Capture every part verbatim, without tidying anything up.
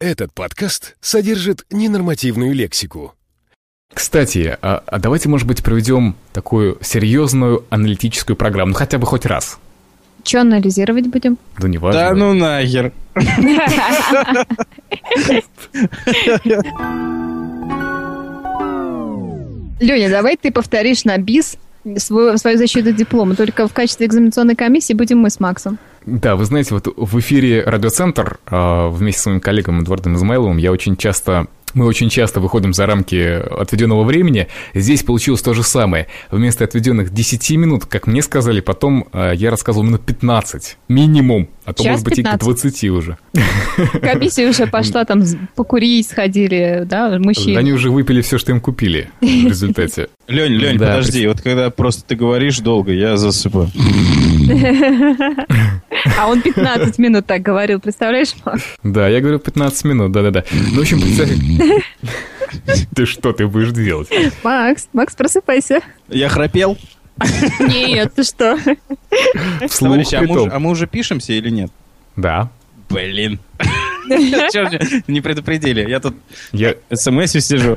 Этот подкаст содержит ненормативную лексику. Кстати, а, а давайте, может быть, проведем такую серьезную аналитическую программу, ну хотя бы хоть раз. Че анализировать будем? Да не важно. Да ну нахер. Леня, давай ты повторишь на бис свою, свою защиту диплома. Только в качестве экзаменационной комиссии будем мы с Максом. Да, вы знаете, вот в эфире «Радиоцентр» вместе с моим коллегом Эдуардом Измайловым я очень часто... Мы очень часто выходим за рамки отведенного времени. Здесь получилось то же самое. Вместо отведенных десяти минут, как мне сказали, потом я рассказывал минут пятнадцать. Минимум. А то, Час может быть, пятнадцать. и к двадцати уже. Комиссия уже пошла, там покурить сходили, да, мужчины. Они уже выпили все, что им купили в результате. Лень, Лень, Да, подожди, вот когда просто ты говоришь долго, я засыпаю. А он пятнадцать минут так говорил, представляешь, Макс? Да, я говорю пятнадцать минут, да-да-да. Ну, в общем, представь... Ты что, ты будешь делать? Макс, Макс, просыпайся. Я храпел? Нет, ты что? Вслух Товарищи, а мы, притом. уже, а мы уже пишемся или нет? Да. Блин. Чё ж не предупредили? Я тут Я... смс-ю сижу.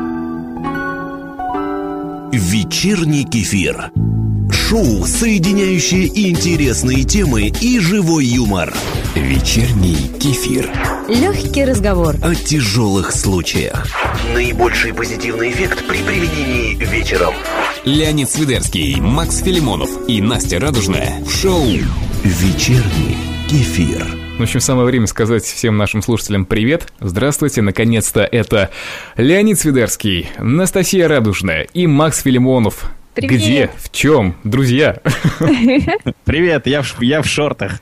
Вечерний кефир. Шоу, соединяющее интересные темы и живой юмор. Вечерний кефир. Легкий разговор. О тяжелых случаях. Наибольший позитивный эффект при применении вечером. Леонид Свидерский, Макс Филимонов и Настя Радужная в шоу Вечерний кефир. В общем, самое время сказать всем нашим слушателям привет. Здравствуйте, наконец-то это Леонид Свидерский, Настасья Радужная и Макс Филимонов. Привет. Где? В чем? Друзья? Привет, я в, я в шортах.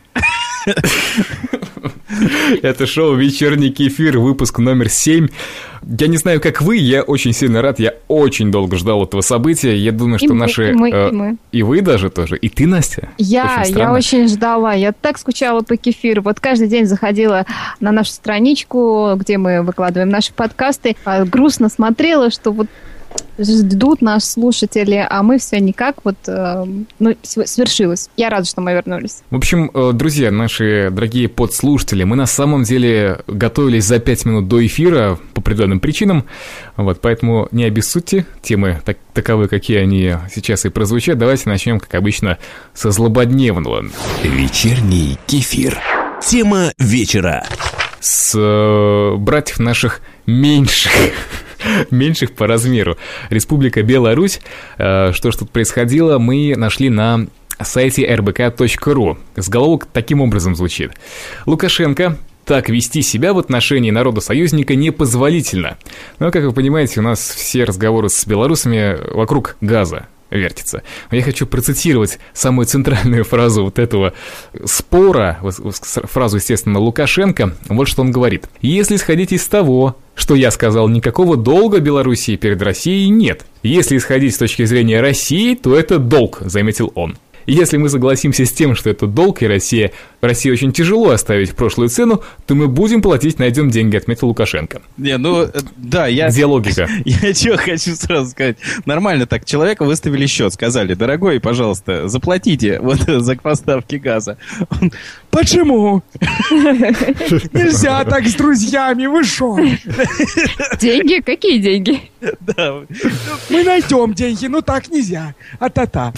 Это шоу «Вечерний кефир», выпуск номер семь. Я не знаю, как вы, я очень сильно рад, я очень долго ждал этого события. Я думаю, что И мы, наши... и мы, э, и мы. И вы даже тоже. И ты, Настя? Я, Очень я странно. очень ждала, я так скучала по кефиру. Вот каждый день заходила на нашу страничку, где мы выкладываем наши подкасты, а грустно смотрела, что вот ждут нас слушатели, а мы все никак вот, э, ну, свершилось. Я рада, что мы вернулись. В общем, э, друзья, наши дорогие подслушатели, мы на самом деле готовились за пять минут до эфира по определенным причинам, вот, поэтому не обессудьте, темы так, таковы, какие они сейчас и прозвучат. Давайте начнем, как обычно, со злободневного. Вечерний кефир. Тема вечера. С э, братьев наших меньших, меньших по размеру. Республика Беларусь. Э, что ж тут происходило, мы нашли на сайте эр бэ ка точка ру. Заголовок таким образом звучит. Лукашенко: так вести себя в отношении народа-союзника непозволительно. Но, как вы понимаете, у нас все разговоры с белорусами вокруг газа вертится. Я хочу процитировать самую центральную фразу вот этого спора, фразу, естественно, Лукашенко. Вот что он говорит. «Если исходить из того, что я сказал, никакого долга Белоруссии перед Россией нет. Если исходить с точки зрения России, то это долг», заметил он. Если мы согласимся с тем, что это долг, и Россия, России очень тяжело оставить прошлую цену, то мы будем платить, найдем деньги, отметил Лукашенко. Не, ну, да, я... Где логика? Я чего хочу сразу сказать. Нормально так, человека выставили счет, сказали: дорогой, пожалуйста, заплатите вот за поставки газа. Он: почему? Нельзя так с друзьями, вы шо? Деньги? Какие деньги? Да. Мы найдем деньги, но так нельзя. А-та-та.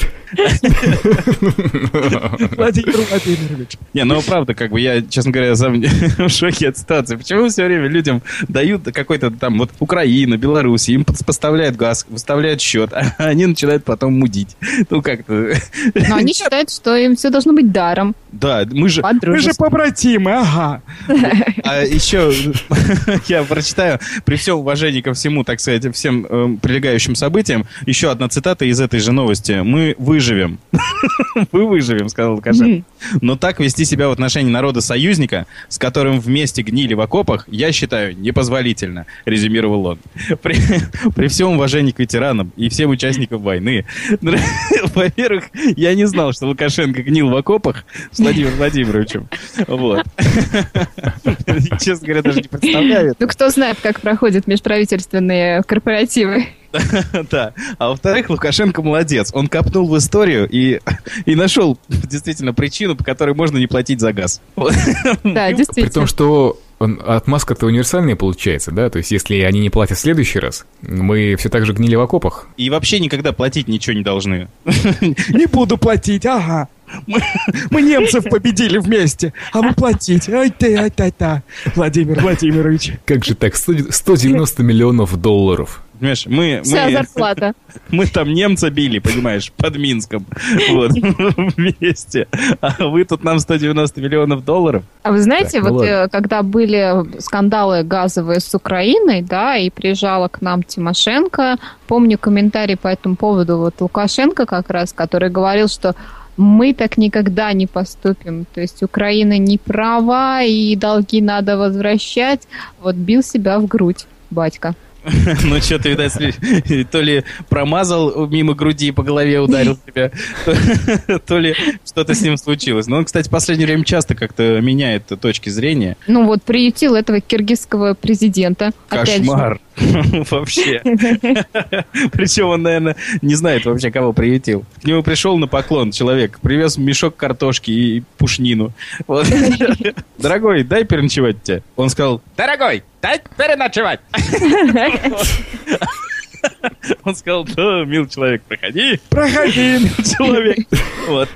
Владимир Владимирович. Не, ну правда, как бы я, честно говоря, сам в шоке от ситуации. Почему все время людям дают какой-то там вот Украина, Беларусь, им поставляют газ, выставляют счет, а они начинают потом мудить. Ну как-то... Но они считают, что им все должно быть даром. Да, мы же, мы же побратимы, ага. А еще я прочитаю, при всем уважении ко всему, так сказать, всем э, прилегающим событиям, еще одна цитата из этой же новости. «Мы выживем». «Мы выживем», сказал Лукашенко. Но так вести себя в отношении народа-союзника, с которым вместе гнили в окопах, я считаю, непозволительно, резюмировал он. При, при всем уважении к ветеранам и всем участникам войны. Во-первых, я не знал, что Лукашенко гнил в окопах с Владимиром Владимировичем. Вот. Честно говоря, даже не представляю. Ну, кто знает, как проходят межправительственные корпоративы. Да. А во-вторых, Лукашенко молодец. Он копнул в историю и, и нашел действительно причину, по которой можно не платить за газ. Да, действительно. При том, что Он, отмазка-то универсальная получается, да? То есть, если они не платят в следующий раз, мы все так же гнили в окопах. И вообще никогда платить ничего не должны. Не буду платить, ага. Мы, мы немцев победили вместе, а вы платить. Ай ты, ай та та. Владимир Владимирович. Как же так? сто девяносто миллионов долларов. Понимаешь, мы... Вся мы, зарплата. Мы там немца били, понимаешь, под Минском. Вот, вместе. А вы тут нам сто девяносто миллионов долларов. А вы знаете, Так, ну вот ладно. э, когда были скандалы газовые с Украиной, да, и приезжала к нам Тимошенко, помню комментарий по этому поводу вот Лукашенко как раз, который говорил, что мы так никогда не поступим. То есть Украина не права, и долги надо возвращать. Вот бил себя в грудь, батька. Ну, что-то, видать, то ли промазал мимо груди, по голове ударил тебя, то, то ли что-то с ним случилось. Но он, кстати, в последнее время часто как-то меняет точки зрения. Ну вот, приютил этого киргизского президента. Кошмар. Вообще. Причем он, наверное, не знает вообще, кого приютил. К нему пришел на поклон человек, привез мешок картошки и пушнину. Вот. Дорогой, дай переночевать тебе. Он сказал: дорогой, дай переночевать. Он сказал: да, мил человек, проходи. Проходи, Мил человек. Вот.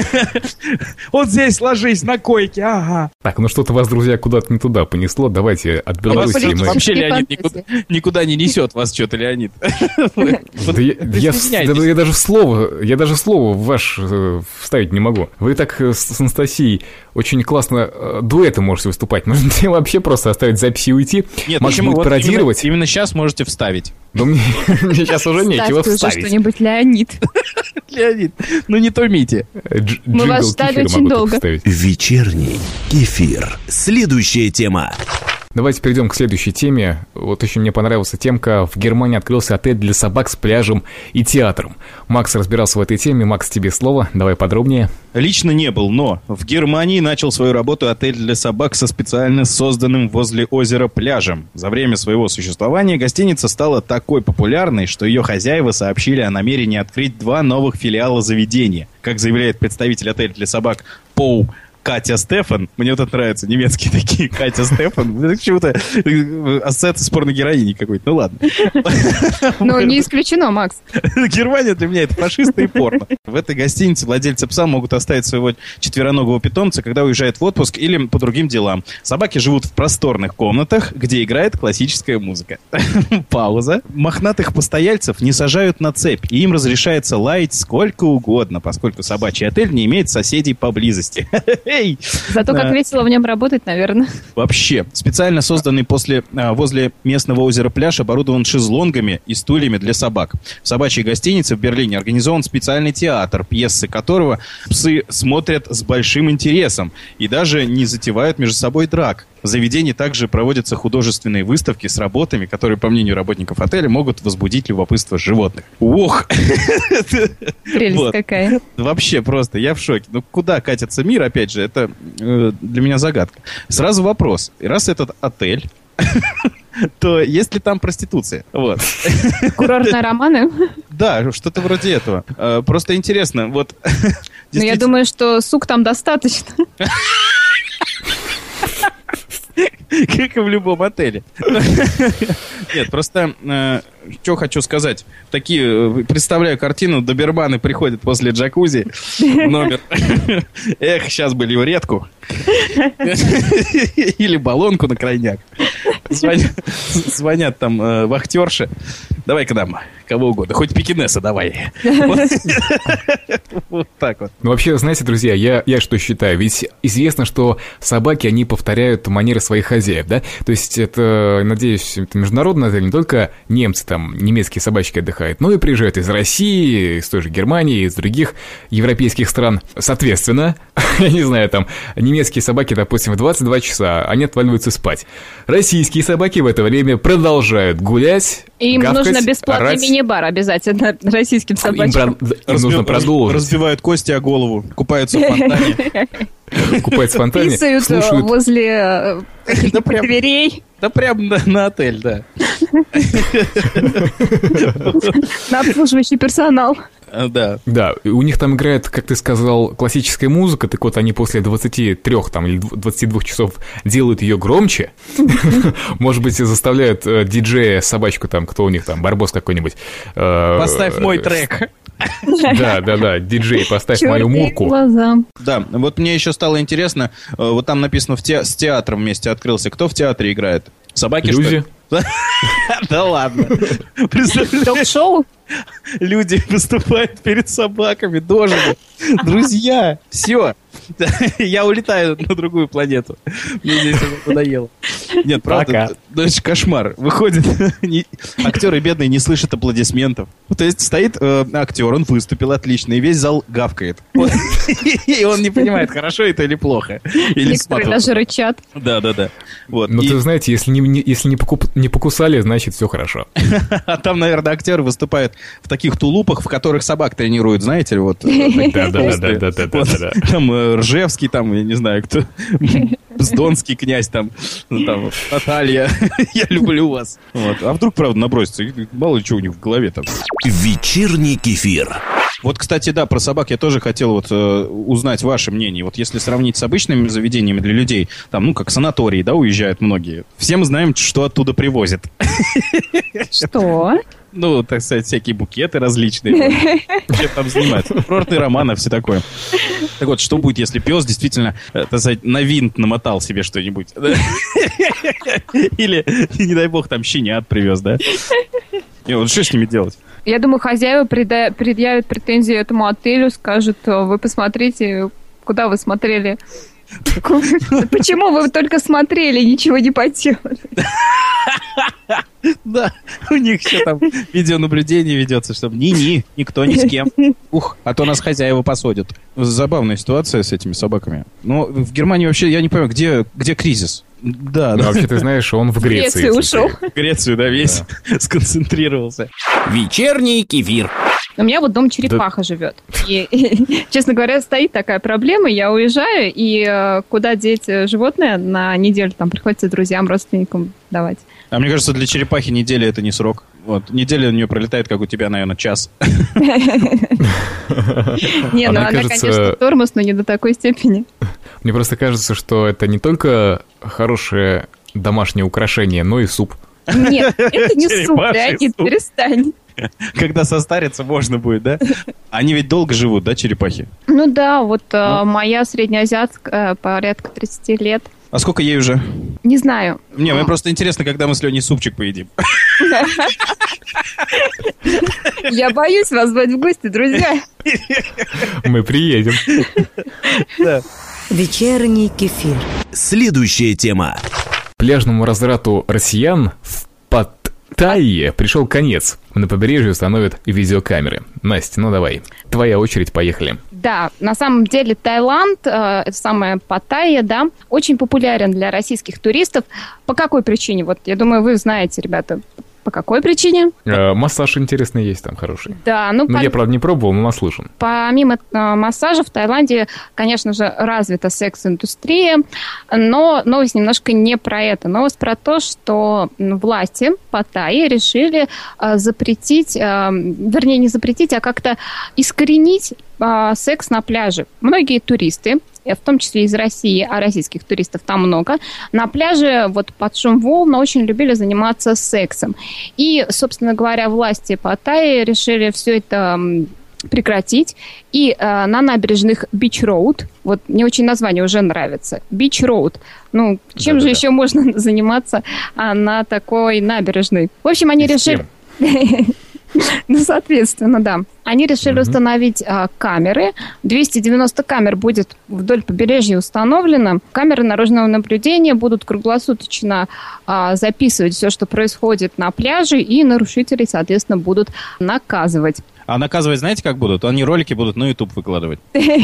Вот здесь ложись на койке, ага. Так, ну что-то вас, друзья, куда-то не туда понесло. Давайте от Беларуси Политические мы... Вообще Леонид фантазии. никуда, никуда не несет вас что-то, Леонид. Да я, я, в- да я даже слово, я даже слово в ваш э, вставить не могу. Вы так э, с, с Анастасией очень классно э, дуэты можете выступать. Можно вообще просто оставить записи и уйти. Нет, Макс почему? будет Вот пародировать. Именно, именно сейчас можете вставить. Но мне, мне сейчас уже нечего Ставьте уже вставить. что-нибудь, Леонид. Леонид, ну не томите. Э, дж- Мы вас джингл ждали кефира очень могу только долго. вставить. Вечерний кефир. Следующая тема. Давайте перейдем к следующей теме. Вот очень мне понравилась темка. В Германии открылся отель для собак с пляжем и театром. Макс разбирался в этой теме. Макс, тебе слово. Давай подробнее. Лично не был, но в Германии начал свою работу отель для собак со специально созданным возле озера пляжем. За время своего существования гостиница стала такой популярной, что ее хозяева сообщили о намерении открыть два новых филиала заведения. Как заявляет представитель отеля для собак Поу Катя Стефан. Мне вот это нравится, немецкие такие, Катя Стефан. Это почему-то ассоциация с порногероиней какой-то. Ну ладно. Ну, не исключено, Макс. Германия для меня это фашисты и порно. В этой гостинице владельцы пса могут оставить своего четвероногого питомца, когда уезжают в отпуск или по другим делам. Собаки живут в просторных комнатах, где играет классическая музыка. Пауза. Мохнатых постояльцев не сажают на цепь, и им разрешается лаять сколько угодно, поскольку собачий отель не имеет соседей поблизости. Эй! Зато как Да. весело в нем работать, наверное. Вообще, специально созданный после, а, возле местного озера пляж оборудован шезлонгами и стульями для собак. В собачьей гостинице в Берлине организован специальный театр, пьесы которого псы смотрят с большим интересом и даже не затевают между собой драк. В заведении также проводятся художественные выставки с работами, которые, по мнению работников отеля, могут возбудить любопытство животных. Ох! Прелесть Вот. какая. Вообще просто, я в шоке. Ну, куда катится мир, опять же, это э, для меня загадка. Сразу вопрос. Раз этот отель, то есть ли там проституция? Вот. Курортные романы. Да, что-то вроде этого. Э, Просто интересно, вот... Но я действительно- думаю, что сук там достаточно. Как и в любом отеле. Нет, просто э, что хочу сказать. Такие, э, представляю картину, доберманы приходят после джакузи в номер. Эх, сейчас бы левретку. Или баллонку на крайняк. Звонят, звонят там э, вахтерши. Давай к нам, кого угодно. Хоть пекинеса давай. Вот. Вот так вот. Ну, вообще, знаете, друзья, я, я что считаю? Ведь известно, что собаки, они повторяют манеры своих хозяев, да? То есть это, надеюсь, это международный отель, не только немцы там, немецкие собачки отдыхают, но и приезжают из России, из той же Германии, из других европейских стран. Соответственно, я не знаю, там, немецкие собаки, допустим, в двадцать два часа, они отваливаются спать. Российские собаки в это время продолжают гулять, И им гавкать, нужно бесплатный орать. мини-бар обязательно российским Им, собачкам. про- им нужно Разбив- продолжить. Разбивают кости о голову, купаются в фонтане. Купаются в фонтане, Писают слушают. возле э, каких-то Да прям- дверей. Да прям на, на отель, да. На обслуживающий персонал. Да. Да, у них там играет, как ты сказал, классическая музыка, так вот они после двадцати трёх там, или двадцати двух часов делают ее громче. Может быть, заставляют диджея, собачку там, кто у них там, барбос какой-нибудь. Поставь мой трек. Да, да, да, диджей, поставь мою мурку. Да, вот мне еще стало интересно, вот там написано, в те, с театром вместе открылся. Кто в театре играет? Собаки, что ли? Да ладно. Ток-шоу? Люди выступают перед собаками, дожили. Друзья, все. Я улетаю на другую планету. Мне здесь уже надоело. Нет, правда, это же кошмар. Выходит, актеры бедные не слышат аплодисментов. То есть стоит э, актер, он выступил отлично, и весь зал гавкает. Вот. И он не понимает, хорошо это или плохо. Или некоторые даже рычат. Да, да, да. Вот. Ну, и... ты знаете, если, не, не, если не, покуп, не покусали, значит, все хорошо. А там, наверное, актеры выступают в таких тулупах, в которых собак тренируют, знаете ли, вот. Да, да, да, да, да, да. Там Ржевский, там, я не знаю, кто. Сдонский князь, там, там, Наталья, я люблю вас. Вот. А вдруг, правда, набросится? Мало ли что у них в голове там. Вечерний кефир. Вот, кстати, да, про собак я тоже хотел вот э, узнать ваше мнение. Вот если сравнить с обычными заведениями для людей, там, ну, как санатории, да, уезжают многие. Все мы знаем, что оттуда привозят. Что? Ну, так сказать, всякие букеты различные. Чем там занимаются? Курортные романы, все такое. Так вот, что будет, если пес действительно, так сказать, на винт намотал себе что-нибудь? Или, не дай бог, там щенят привез, да? И вот что с ними делать? Я думаю, хозяева предъявят претензии этому отелю, скажут, вы посмотрите, куда вы смотрели. Почему вы только смотрели, ничего не поделали? Да, у них все там видеонаблюдение ведется, чтобы ни-ни, никто ни с кем. Ух, а то нас хозяева посадят. Забавная ситуация с этими собаками. Но в Германии вообще, я не понимаю, где, где кризис? Да, да. Вообще, ты знаешь, он в Греции. Грецию ушел. В Грецию, да, весь да. сконцентрировался. Вечерний кефир. У меня вот дом черепаха да. живет. И, и, честно говоря, стоит такая проблема. Я уезжаю, и э, куда деть животное на неделю, там приходится друзьям, родственникам давать. А мне кажется, для черепахи неделя это не срок. Вот, неделя у нее пролетает, как у тебя, наверное, час. Не, ну она, конечно, тормоз, но не до такой степени. Мне просто кажется, что это не только хорошее домашнее украшение, но и суп. Нет, это не суп, Леонид, перестань. Когда состарится, можно будет, да? Они ведь долго живут, да, черепахи? Ну да, вот ну. моя среднеазиатская порядка тридцать лет. А сколько ей уже? Не знаю. Не, мне просто интересно, когда мы с Леней супчик поедим. Я боюсь вас звать в гости, друзья. Мы приедем. Вечерний кефир. Следующая тема. Пляжному разврату россиян в Паттайе пришел конец. На побережье установят видеокамеры. Настя, ну давай, твоя очередь, поехали. Да, на самом деле Таиланд, э, это самое Паттайя, да, очень популярен для российских туристов. По какой причине? Вот, я думаю, вы знаете, ребята, по какой причине? Э, массаж интересный есть там хороший. Да, ну... Ну, по... я, правда, не пробовал, но наслышан. Помимо э, массажа в Таиланде, конечно же, развита секс-индустрия, но новость немножко не про это. Новость про то, что власти Паттайи решили э, запретить, э, вернее, не запретить, а как-то искоренить э, секс на пляже. Многие туристы, в том числе из России, а российских туристов там много, на пляже вот под шум волн очень любили заниматься сексом. И, собственно говоря, власти Паттайи решили все это прекратить. И э, на набережных Beach Road, вот мне очень название уже нравится, Beach Road, ну, чем Да-да-да. же еще можно заниматься а, на такой набережной? В общем, они решили... Ну, соответственно, да. Они решили mm-hmm. установить а, камеры. двести девяносто камер будет вдоль побережья установлено. Камеры наружного наблюдения будут круглосуточно а, записывать все, что происходит на пляже, и нарушителей, соответственно, будут наказывать. А наказывать знаете, как будут? Они ролики будут на YouTube выкладывать.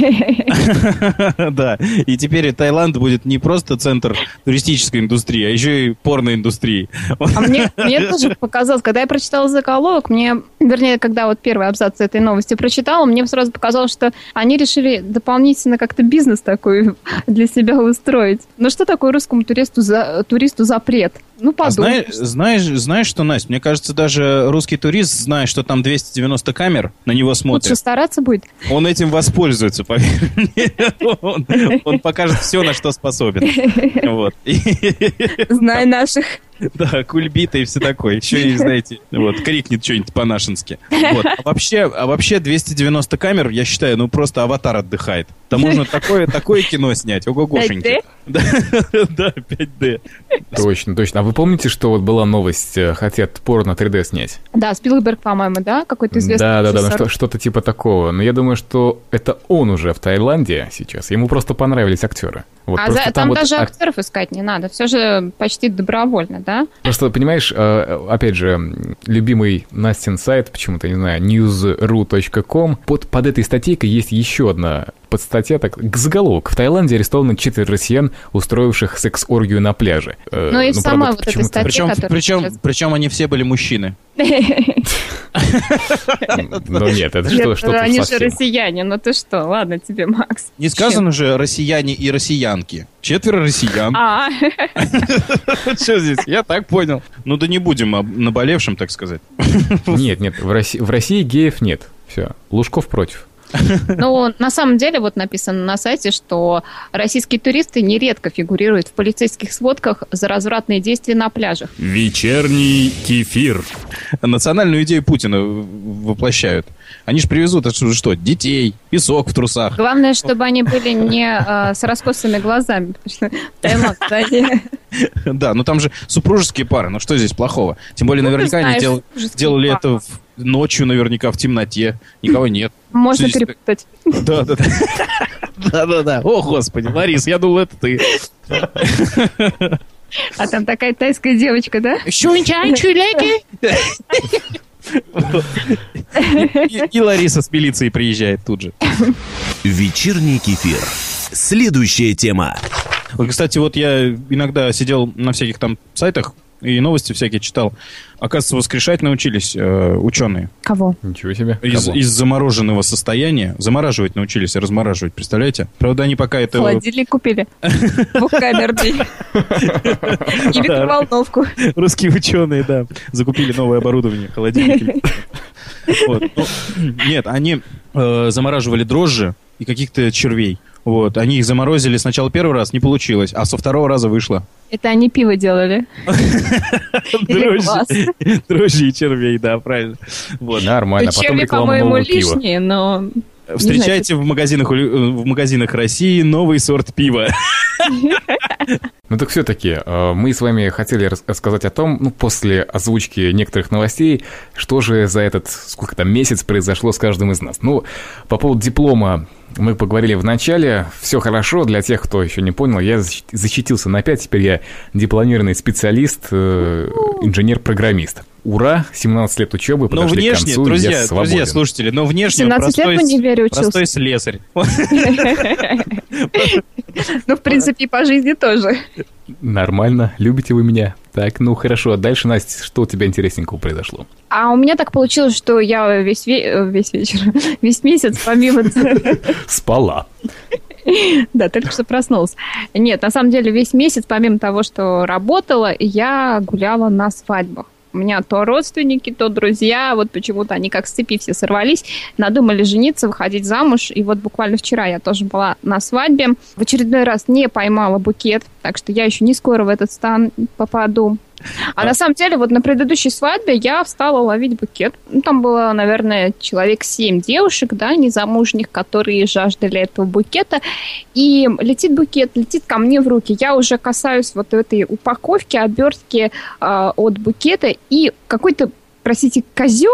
Да. И теперь Таиланд будет не просто центр туристической индустрии, а еще и порноиндустрии. А мне, мне тоже показалось, когда я прочитала заголовок, мне вернее, когда вот первый абзац этой новости прочитала, мне сразу показалось, что они решили дополнительно как-то бизнес такой для себя устроить. Ну что такое русскому туристу, за, туристу запрет? Ну, подумай. А знаешь, знаешь, знаешь что, Настя, мне кажется, даже русский турист, зная, что там двести девяносто камер, на него смотрят. Лучше стараться будет. Он этим воспользуется, поверь мне. Он, он покажет все, на что способен. Вот. Знай наших. Да, кульбита и все такое. Еще и, знаете, вот, крикнет что-нибудь по-нашенски. Вот. А, вообще, а вообще двести девяносто камер, я считаю, ну просто «Аватар» отдыхает. Там можно такое, такое кино снять. Ого-гошеньки. пять дэ? Да, пять дэ. Точно, точно. А вы помните, что вот была новость, хотят порно три дэ снять? Да, Спилберг, по-моему, да? Какой-то известный Да, да, да, режиссер. что, что-то типа такого. Но я думаю, что это он уже в Таиланде сейчас. Ему просто понравились актеры. Вот А за, там, там вот даже ак... актеров искать не надо. Все же почти добровольно, да? Просто, понимаешь, опять же, любимый Настин сайт, почему-то, не знаю, ньюс ру точка ком, под, под этой статейкой есть еще одна подстатья, так, к заголовок. В Таиланде арестовано четверо россиян, устроивших секс-оргию на пляже. Ну и ну, сама правда, вот эта статья, причем, которая... причем, сейчас... причем они все были мужчины. Ну нет, это что, что-то Они же совсем. россияне, ну ты что, ладно тебе, Макс. Не сказано же россияне и россиянки. Четверо россиян. А, Что здесь? Я так понял. Ну да не будем о наболевшем, так сказать. Нет, нет, в России, в России геев нет. Все, Лужков против. ну, на самом деле, вот написано на сайте, что российские туристы нередко фигурируют в полицейских сводках за развратные действия на пляжах. Вечерний кефир. Национальную идею Путина воплощают. Они же привезут, это что, что, детей, песок в трусах. Главное, чтобы они были не э, с раскосыми глазами, потому что Таиланд, да, не- Да, ну там же супружеские пары, ну что здесь плохого? Тем более Ну, ты наверняка они знаешь, дел- супружеские делали пары. это в- ночью наверняка в темноте. Никого нет. можно Что здесь- перепутать. Да, да, да. Да, да, да. О, господи, Ларис, я думал, это ты. А там такая тайская девочка, да? И, и Лариса с милицией приезжает тут же. Вечерний кефир. Следующая тема. Вот, кстати, вот я иногда сидел на всяких там сайтах и новости всякие читал. Оказывается, воскрешать научились э, ученые. Кого? Ничего себе. Из, Кого? из замороженного состояния. Замораживать научились, размораживать, представляете? Правда, они пока это... Холодильник купили. Двухкамерный. И микроволновку. Русские ученые, да, закупили новое оборудование, холодильники. Вот. Ну, нет, они э, замораживали дрожжи и каких-то червей. Вот. Они их заморозили сначала первый раз, не получилось, а со второго раза вышло. Это они пиво делали. Или квас. Дрожжи, дрожжи и червей, да, правильно. Вот. Нормально, потом Черви, реклама по-моему, нового пива. лишние, но... Встречайте в магазинах, в магазинах России новый сорт пива. Ну так все-таки, мы с вами хотели рассказать о том, ну, после озвучки некоторых новостей, что же за этот, сколько там, месяц произошло с каждым из нас. Ну, по поводу диплома мы поговорили в начале, все хорошо, для тех, кто еще не понял, я защитился на пять, теперь я дипломированный специалист, инженер-программист. Ура, семнадцать лет учебы Но подошли внешне, к концу, друзья, я свободен. друзья, слушатели, но внешне он семнадцать лет простой, в универе учился. простой слесарь. Ну, в принципе, и по жизни тоже. Нормально, любите вы меня. Так, ну хорошо, дальше, Настя, что у тебя интересненького произошло? А у меня так получилось, что я весь, ве- весь вечер, весь месяц, помимо... Спала. Да, только что проснулась. Нет, на самом деле весь месяц, помимо того, что работала, я гуляла на свадьбах. У меня то родственники, то друзья, вот почему-то они как с цепи все сорвались, надумали жениться, выходить замуж. И вот буквально вчера я тоже была на свадьбе. В очередной раз не поймала букет, так что я еще не скоро в этот стан попаду. А, а на самом деле, вот на предыдущей свадьбе я встала ловить букет. Ну, там было, наверное, человек семь девушек, да, незамужних, которые жаждали этого букета. И летит букет, летит ко мне в руки. Я уже касаюсь вот этой упаковки, обертки э, от букета. И какой-то, простите, козел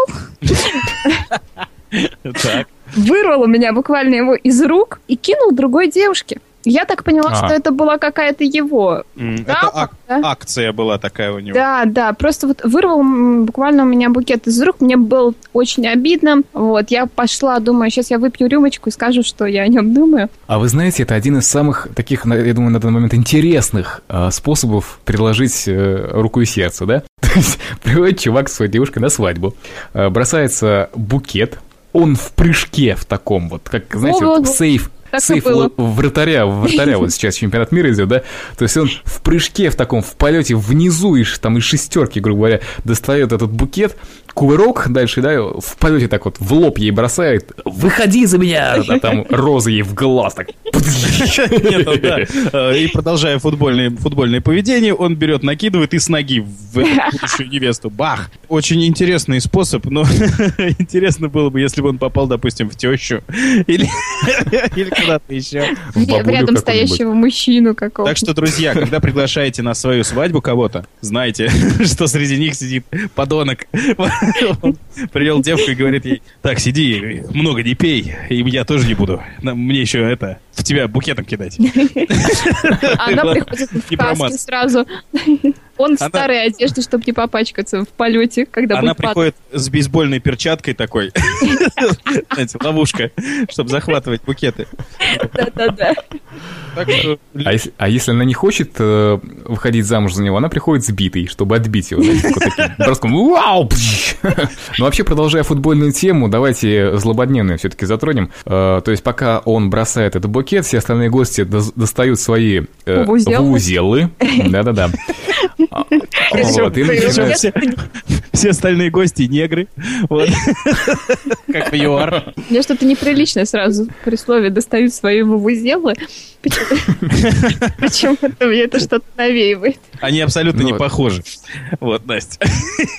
вырвал у меня буквально его из рук и кинул другой девушке. Я так поняла, а. что это была какая-то его... Mm, да, это ак- да? акция была такая у него. Да, да, просто вот вырвал буквально у меня букет из рук, мне было очень обидно. Вот, я пошла, думаю, сейчас я выпью рюмочку и скажу, что я о нем думаю. А вы знаете, это один из самых таких, я думаю, на данный момент интересных э, способов приложить э, руку и сердце, да? То есть приводит чувак с своей девушкой на свадьбу, э, бросается букет, он в прыжке в таком вот, как, знаете, О, вот сейф. Так Сейф вратаря, вратаря, вот сейчас чемпионат мира идет, да? То есть он в прыжке, в таком, в полете внизу, из, там, из шестерки, грубо говоря, достает этот букет, кувырок дальше, да, в полете так вот в лоб ей бросает, выходи за меня, а там роза ей в глаз, так. И продолжая футбольное, футбольное поведение, он берет, накидывает и с ноги в будущую невесту, бах! Очень интересный способ, но интересно было бы, если бы он попал, допустим, в тещу или куда-то еще. Рядом стоящего мужчину какого-то. Так что, друзья, когда приглашаете на свою свадьбу кого-то, знайте, что среди них сидит подонок. Он привел девку и говорит ей: так, сиди, много не пей, и я тоже не буду. Мне еще это, в тебя букетом кидать. Она приходит в каске сразу. Он в Она... старой одежде, чтобы не попачкаться в полете, когда Она будет приходит падать. С бейсбольной перчаткой такой, знаете, ловушка, чтобы захватывать букеты. Да-да-да. Что... А, если, а если она не хочет э, выходить замуж за него, она приходит сбитой, чтобы отбить его. Знаете, вот таким броском. Вау! Ну, вообще, продолжая футбольную тему, давайте злободневную все-таки затронем. Э, то есть, пока он бросает этот букет, все остальные гости до- достают свои э, вувузелы. Да-да-да. Вот, и начинают... Все остальные гости негры. Вот. Как в ЮАР. Мне что-то неприличное сразу при слове достают свои вувузелы. Почему-то мне это что-то навеивает. Они абсолютно не похожи. Вот, Настя.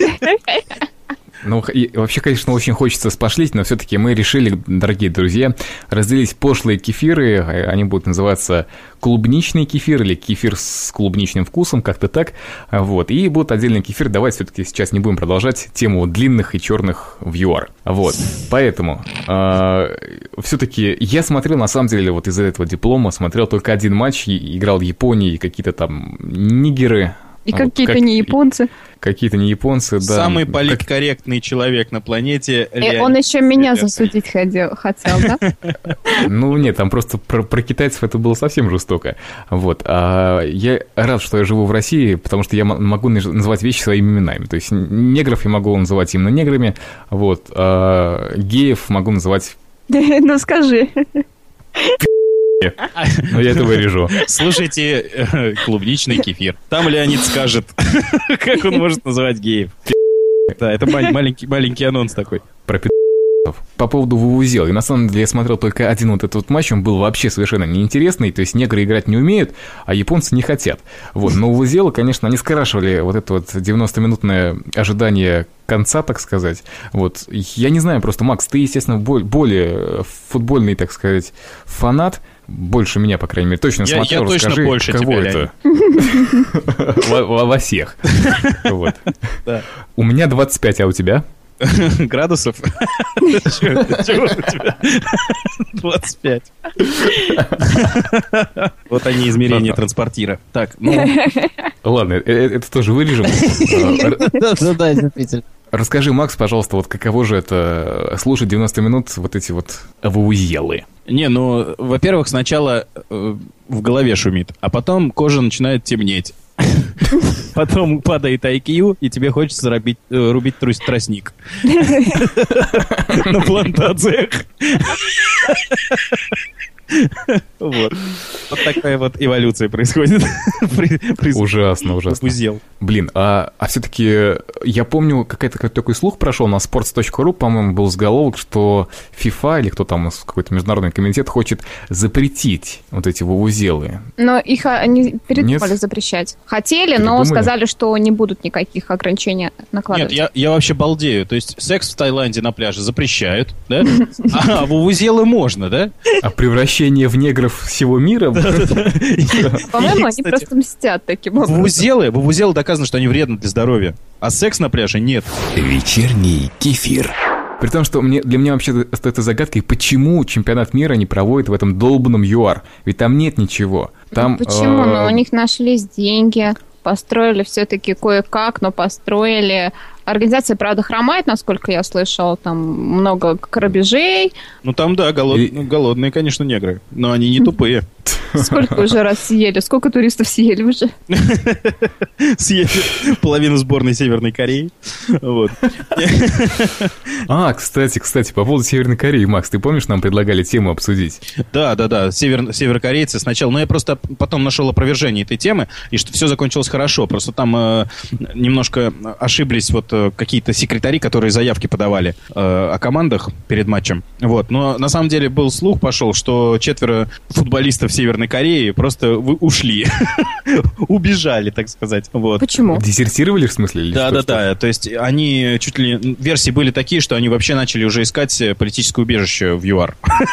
Ну, и вообще, конечно, очень хочется спошлить, но все-таки мы решили, дорогие друзья, разделить пошлые кефиры. Они будут называться клубничный кефир или кефир с клубничным вкусом, как-то так. Вот. И будут отдельный кефир. Давайте все-таки сейчас не будем продолжать тему длинных и черных в ЮАР. Вот. Поэтому э, все-таки я смотрел, на самом деле, вот из-за этого диплома, смотрел только один матч, и играл Япония и какие-то там нигеры. И вот, какие-то как, не японцы. Какие-то не японцы, да. Самый политкорректный как... человек на планете. И он еще меня засудить хотел, хотел, да? Ну, нет, там просто про, про китайцев это было совсем жестоко. Вот. А я рад, что я живу в России, потому что я могу называть вещи своими именами. То есть негров я могу называть именно неграми, вот. А геев могу называть... Ну, скажи... Но я это вырежу. Слушайте э, клубничный кефир. Там Леонид скажет, как он может называть геев. Да, это маленький, маленький анонс такой. Про пи***ов. По поводу вувузел. И на самом деле я смотрел только один вот этот вот матч, он был вообще совершенно неинтересный. То есть негры играть не умеют, а японцы не хотят. Вот. Но вувузелы, конечно, они скрашивали вот это вот девяностоминутное ожидание конца, так сказать. Вот. Я не знаю, просто, Макс, ты, естественно, более футбольный, так сказать, фанат. Больше меня, по крайней мере, точно я, смотрел. Я точно Расскажи, больше кого тебя, это? Во всех. У меня двадцать пять, а у тебя? Градусов? Чего у тебя? двадцать пять. Вот они, измерения транспортира. Так, ну... Ладно, это тоже вырежем. Да-да, действительно. Расскажи, Макс, пожалуйста, вот каково же это слушать девяносто минут вот эти вот вувузелы? Не, ну, во-первых, сначала э, в голове шумит, а потом кожа начинает темнеть. Потом падает ай кью, и тебе хочется рубить, э, рубить трус, тростник. На плантациях. Вот. Вот такая вот эволюция происходит. Ужасно, ужасно. Блин, а, а все-таки я помню, какой-то такой слух прошел на спортс точка ру, по-моему, был заголовок, что FIFA или кто там у нас, какой-то международный комитет хочет запретить вот эти вувузелы. Но их они передумали запрещать. Хотели, но сказали, что не будут никаких ограничений накладывать. Нет, я, я вообще балдею. То есть секс в Таиланде на пляже запрещают, да? А вувузелы можно, да? А превращение в негров всего мира? По-моему, они просто мстят таким образом. Вувузелы, вувузелы доказано, что они вредны для здоровья. А секс на пляже нет. Вечерний кефир. При том, что мне, для меня вообще остается загадкой, почему чемпионат мира не проводит в этом долбанном ЮАР. Ведь там нет ничего. Там, ну, почему? Э... Ну, у них нашлись деньги, построили все-таки кое-как, но построили. Организация, правда, хромает, насколько я слышал. Там много грабежей. Ну, там, да, голод... И... голодные, конечно, негры. Но они не тупые. Сколько уже раз съели? Сколько туристов съели уже? Съели половину сборной Северной Кореи. Вот. А, кстати, кстати, по поводу Северной Кореи, Макс, ты помнишь, нам предлагали тему обсудить? Да, да, да, Север... северокорейцы сначала. Но я просто потом нашел опровержение этой темы, и что все закончилось хорошо. Просто там э, немножко ошиблись вот э, какие-то секретари, которые заявки подавали э, о командах перед матчем. Вот. Но на самом деле был слух пошел, что четверо футболистов Северной Кореи просто вы ушли. Убежали, так сказать. Вот. Почему? Дезертировали, в смысле? Или да, да, да. То есть они чуть ли... Версии были такие, что они вообще начали уже искать политическое убежище в ЮАР.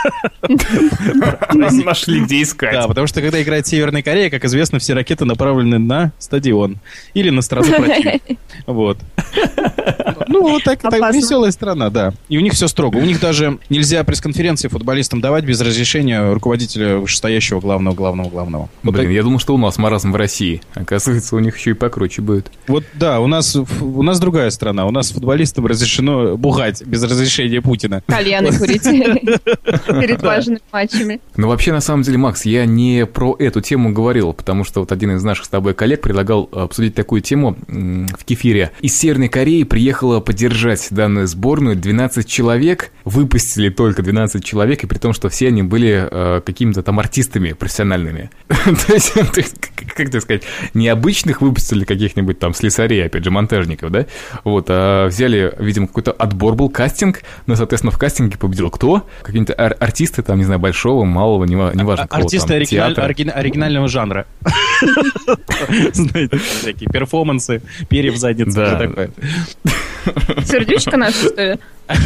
Нашли, где искать. Да, потому что когда играет Северная Корея, как известно, все ракеты направлены на стадион. Или на страну противника. Вот. Ну, вот так, так веселая страна, да. И у них все строго. У них даже нельзя пресс-конференции футболистам давать без разрешения руководителя вышестоящего главного, главного, главного. Вот блин, так... я думал, что у нас маразм в России. Оказывается, у них еще и покруче будет. Вот, да, у нас, у нас другая страна. У нас футболистам разрешено бухать без разрешения Путина. Кальяны курить перед важными матчами. Ну, вообще, на самом деле, Макс, я не про эту тему говорил, потому что вот один из наших с тобой коллег предлагал обсудить такую тему в Кефире. Из Северной Кореи приехало поддержать данную сборную двенадцать человек. Выпустили только двенадцать человек, и при том, что все они были э, какими-то там артистами профессиональными. То есть, как тебе сказать, необычных выпустили каких-нибудь там слесарей, опять же, монтажников, да? Вот, а взяли, видимо, какой-то отбор был, кастинг, но, соответственно, в кастинге победил кто? Какие-нибудь ар- артисты, там, не знаю, большого, малого, неважно кого. Артисты оригинального жанра. Знаете, всякие перформансы, перья в заднице, что такое. Сердючка наша, что ли?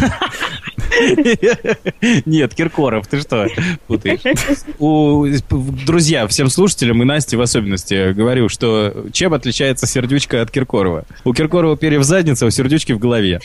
Нет, Киркоров, ты что путаешь? У, друзья, всем слушателям и Насте в особенности говорю, что чем отличается Сердючка от Киркорова? У Киркорова перья в заднице, а у Сердючки в голове.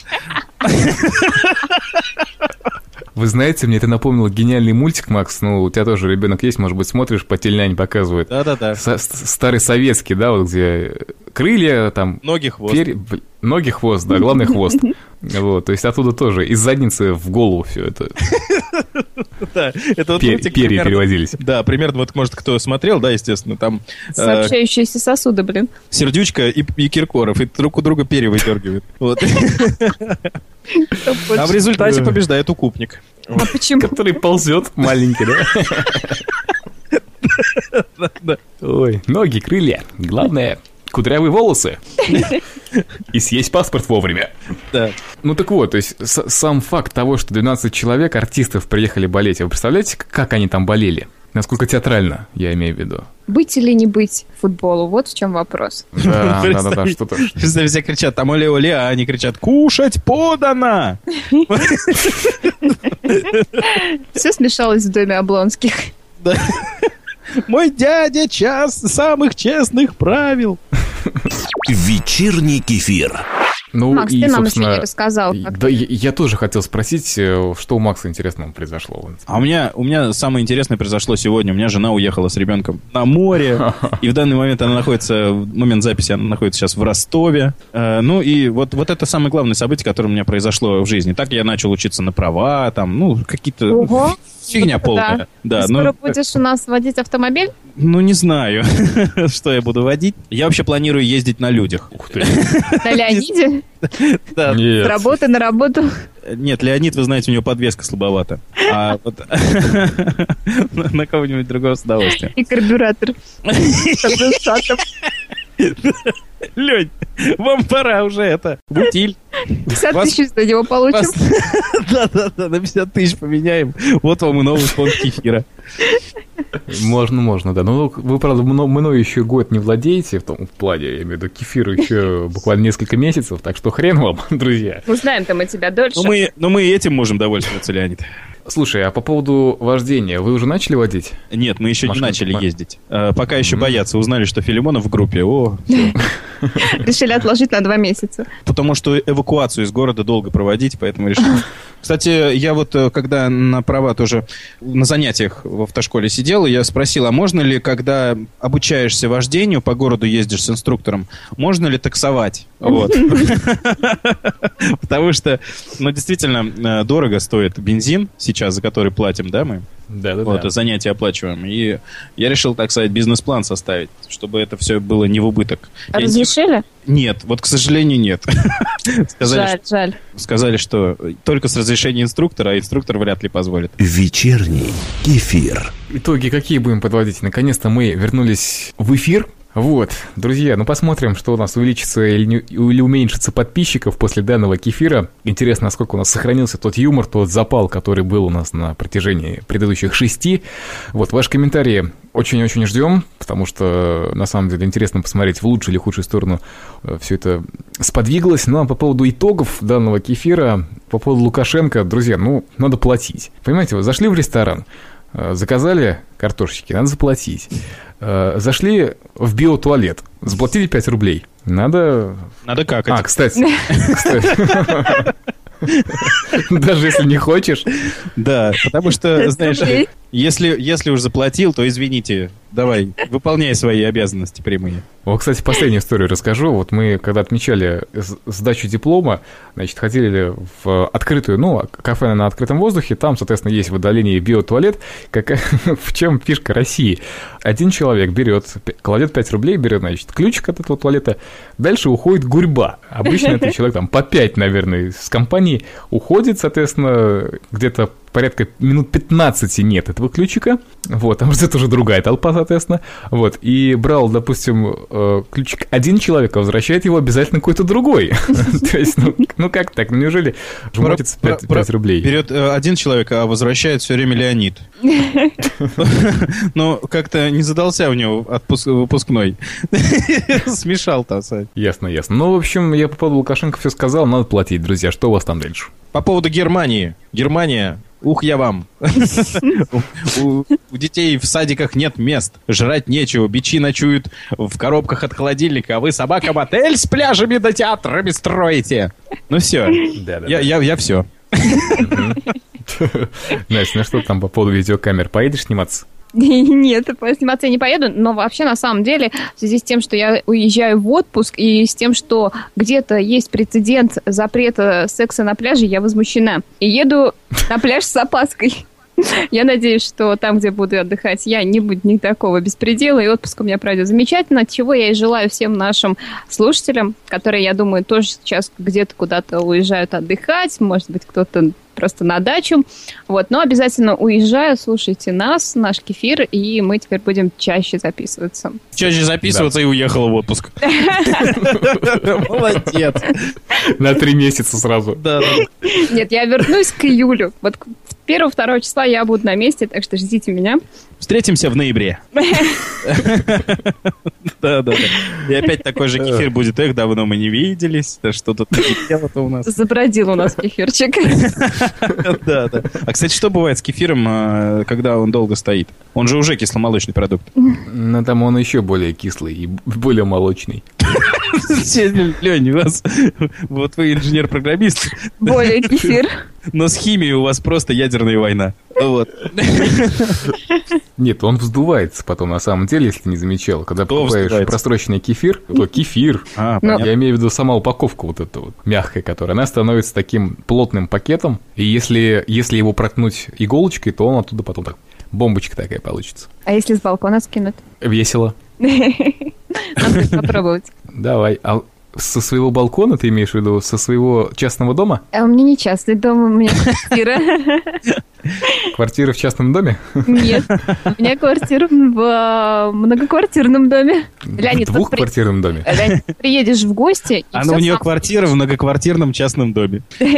Вы знаете, мне это напомнило гениальный мультик, Макс. Ну, у тебя тоже ребенок есть, может быть, смотришь, по телянь показывает. Да-да-да. Старый советский, да, вот где крылья, там... Ноги, хвост. Пер... Ноги, хвост, да, главный хвост. Вот, то есть оттуда тоже из задницы в голову все это. Да, это вот перья переводились. Да, примерно вот, может, кто смотрел, да, естественно, там... Сообщающиеся сосуды, блин. Сердючка и Киркоров, и друг у друга перья выдергивают. Вот. А в результате побеждает укупник. А почему? Который ползет маленький, да? Ой, ноги, крылья. Главное, кудрявые волосы. И съесть паспорт вовремя. Да. Ну так вот, то есть с- сам факт того, что двенадцать человек, артистов, приехали болеть, вы представляете, как они там болели? Насколько театрально, я имею в виду. Быть или не быть футболу, вот в чем вопрос. Да, да, да, да, что-то. Представь, все кричат там оле-оле, а они кричат «Кушать подано!» Все смешалось в доме Облонских. Да. Мой дядя час самых честных правил. Вечерний кефир. Ну, Макс, и, ты нам еще собственно, не рассказал. Как да, я, я тоже хотел спросить, что у Макса интересного произошло. А у меня, у меня самое интересное произошло сегодня. У меня жена уехала с ребенком на море, и в данный момент она находится, в момент записи она находится сейчас в Ростове. Ну и вот, вот это самое главное событие, которое у меня произошло в жизни. Так я начал учиться на права, там, ну, какие-то... Ого. Фигня вот полная. Да. Да, Ты ну, скоро будешь у нас водить автомобиль? Ну, не знаю, что я буду водить. Я вообще планирую ездить на людях. Ух ты. На Леониде? Да. С работы на работу? Нет, Леонид, вы знаете, у него подвеска слабовата. А вот на кого-нибудь другого с удовольствием. И карбюратор. Лень, вам пора уже это. В утиль. пятьдесят тысяч за него получим. Да-да-да, на пятьдесят тысяч поменяем. Вот вам и новый фонд кефира. Можно, можно, да. Но вы, правда, мной еще год не владеете в том плане, я имею в виду, кефиру еще буквально несколько месяцев, так что хрен вам, друзья. Ну, знаем-то мы тебя дольше. Но мы, но мы и этим можем довольствоваться, Леонид. Слушай, а по поводу вождения, вы уже начали водить? Нет, мы еще Машину не начали покупать? ездить. А, пока еще Мгм. боятся. Узнали, что Филимонов в группе. О, Решили отложить на два месяца. потому что эвакуацию из города долго проводить, поэтому решил. Кстати, я вот, э, когда на права тоже на занятиях в автошколе сидел, я спросил, а можно ли, когда обучаешься вождению, по городу ездишь с инструктором, можно ли таксовать? Вот. Потому что, ну, действительно, э, дорого стоит бензин сейчас, за который платим, да, мы? Да-да-да. Вот, занятия оплачиваем. И я решил, так сказать, бизнес-план составить, чтобы это все было не в убыток. Я не- Разрешили? Нет, вот, к сожалению, нет. Сказали, Жаль, жаль. Сказали, что только с разрешения инструктора, а инструктор вряд ли позволит. Вечерний кефир. Итоги какие будем подводить? Наконец-то мы вернулись в эфир. Вот, друзья, ну посмотрим, что у нас увеличится или, не- или уменьшится подписчиков после данного кефира. Интересно, насколько у нас сохранился тот юмор, тот запал, который был у нас на протяжении предыдущих шести. Вот, ваши комментарии очень-очень ждем, потому что, на самом деле, интересно посмотреть, в лучшую или худшую сторону все это сподвиглось. Ну, а по поводу итогов данного кефира, по поводу Лукашенко, друзья, ну, надо платить. Понимаете, вы зашли в ресторан, э, заказали картошечки, надо заплатить. Э, Зашли в биотуалет, заплатили пять рублей. Надо... Надо какать. А, кстати. кстати. Даже если не хочешь. Да, потому что, Пять знаешь, рублей. если, если уж заплатил, то извините, давай, выполняй свои обязанности прямые. Вот, кстати, последнюю историю расскажу. Вот мы, когда отмечали с- сдачу диплома, значит, ходили в открытую, ну, кафе на открытом воздухе, там, соответственно, есть в отдалении биотуалет. Какая, в чем фишка России? Один человек берет, п- кладет пять рублей, берет, значит, ключик от этого туалета, дальше уходит гурьба. Обычно это человек там по пять, наверное, с компанией уходит, соответственно, где-то порядка минут пятнадцати нет этого ключика. Вот, там ждет уже другая толпа, соответственно. Вот, и брал, допустим, э, ключик один человек, а возвращает его обязательно какой-то другой. То есть, ну, ну как так? Ну, неужели жмотится Про- про- пять рублей? Берет э, один человек, а возвращает все время Леонид. Ну, как-то не задался у него отпуск- выпускной. Смешал там, Сань. Ясно, ясно. Ну, в общем, я по поводу Лукашенко все сказал, надо платить, друзья. Что у вас там дальше? По поводу Германии. Германия, ух я вам. У у детей в садиках нет мест, жрать нечего, бичи ночуют в коробках от холодильника, а вы собакам отель с пляжами да театрами строите. Ну все, Да-да-да. я, я, я все. Настя, ну что там по поводу видеокамер? Поедешь сниматься? Нет, сниматься я не поеду, но вообще на самом деле в связи с тем, что я уезжаю в отпуск и с тем, что где-то есть прецедент запрета секса на пляже, я возмущена. И еду на пляж с опаской. Я надеюсь, что там, где буду отдыхать я, не будет ни такого беспредела, и отпуск у меня пройдет замечательно, чего я и желаю всем нашим слушателям, которые, я думаю, тоже сейчас где-то куда-то уезжают отдыхать, может быть, кто-то просто на дачу. Вот, но обязательно уезжаю, слушайте нас, наш кефир, и мы теперь будем чаще записываться. Чаще записываться и уехала в отпуск. Молодец. На три месяца сразу. Да, да. Нет, я вернусь к июлю. Вот первого-второго числа я буду на месте, так что ждите меня. Встретимся в ноябре. Да, да, да. И опять такой же кефир будет. Эх, давно мы не виделись. Да что тут дело-то у нас? Забродил у нас кефирчик. Да, да. А, кстати, что бывает с кефиром, а, когда он долго стоит? Он же уже кисломолочный продукт. Ну, там он еще более кислый и более молочный. Лень, у вас... Вот вы инженер-программист, Более кефир. но с химией у вас просто ядерная война. Вот. Нет, он вздувается потом, на самом деле, если ты не замечал. Когда Кто покупаешь вздувается? просроченный кефир, то кефир, А, Ну, понятно. я имею в виду сама упаковка вот эта вот, мягкая, которая, она становится таким плотным пакетом, и если, если его проткнуть иголочкой, то он оттуда потом так, бомбочка такая получится. А если с балкона скинуть? Весело. Надо попробовать. Давай. А со своего балкона, ты имеешь в виду, со своего частного дома? А у меня не частный дом, у меня квартира. Квартира в частном доме? Нет, у меня квартира в а, многоквартирном доме. Леонид, В вот при- двухквартирном доме. Леонид, приедешь в гости, и А всё у нее сам- квартира в многоквартирном частном доме.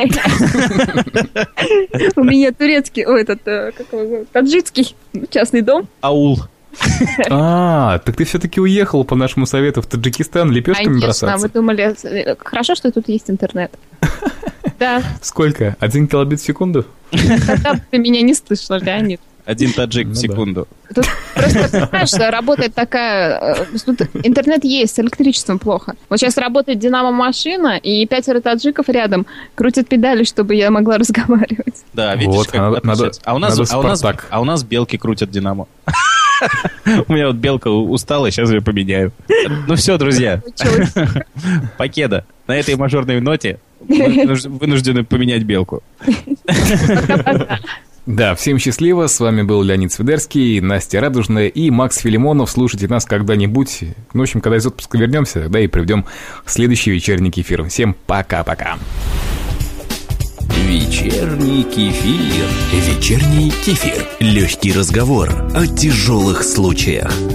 У меня турецкий, ой, этот, э, как его зовут, таджикский частный дом. Аул. А, так ты все-таки уехал по нашему совету в Таджикистан лепешками Конечно, бросаться? вы думали, э, хорошо, что тут есть интернет. Да. Сколько? Один килобит в секунду? Тогда ты меня не слышал, Леонид. Один таджик в секунду. Тут просто, понимаешь, работает такая... Тут интернет есть, с электричеством плохо. Вот сейчас работает динамо-машина, и пятеро таджиков рядом крутят педали, чтобы я могла разговаривать. Да, видишь, вот, как надо, надо, а, у нас, надо а, у нас, Спартак. а у нас белки крутят динамо. У меня вот белка устала, сейчас я поменяю. Ну все, друзья. Покеда. На этой мажорной ноте мы вынуждены поменять белку. Да, всем счастливо. С вами был Леонид Свидерский, Настя Радужная и Макс Филимонов. Слушайте нас когда-нибудь. Ну, в общем, когда из отпуска вернемся, тогда и проведем следующий вечерний кефир. Всем пока-пока. Вечерний кефир. Вечерний кефир. Легкий разговор о тяжелых случаях.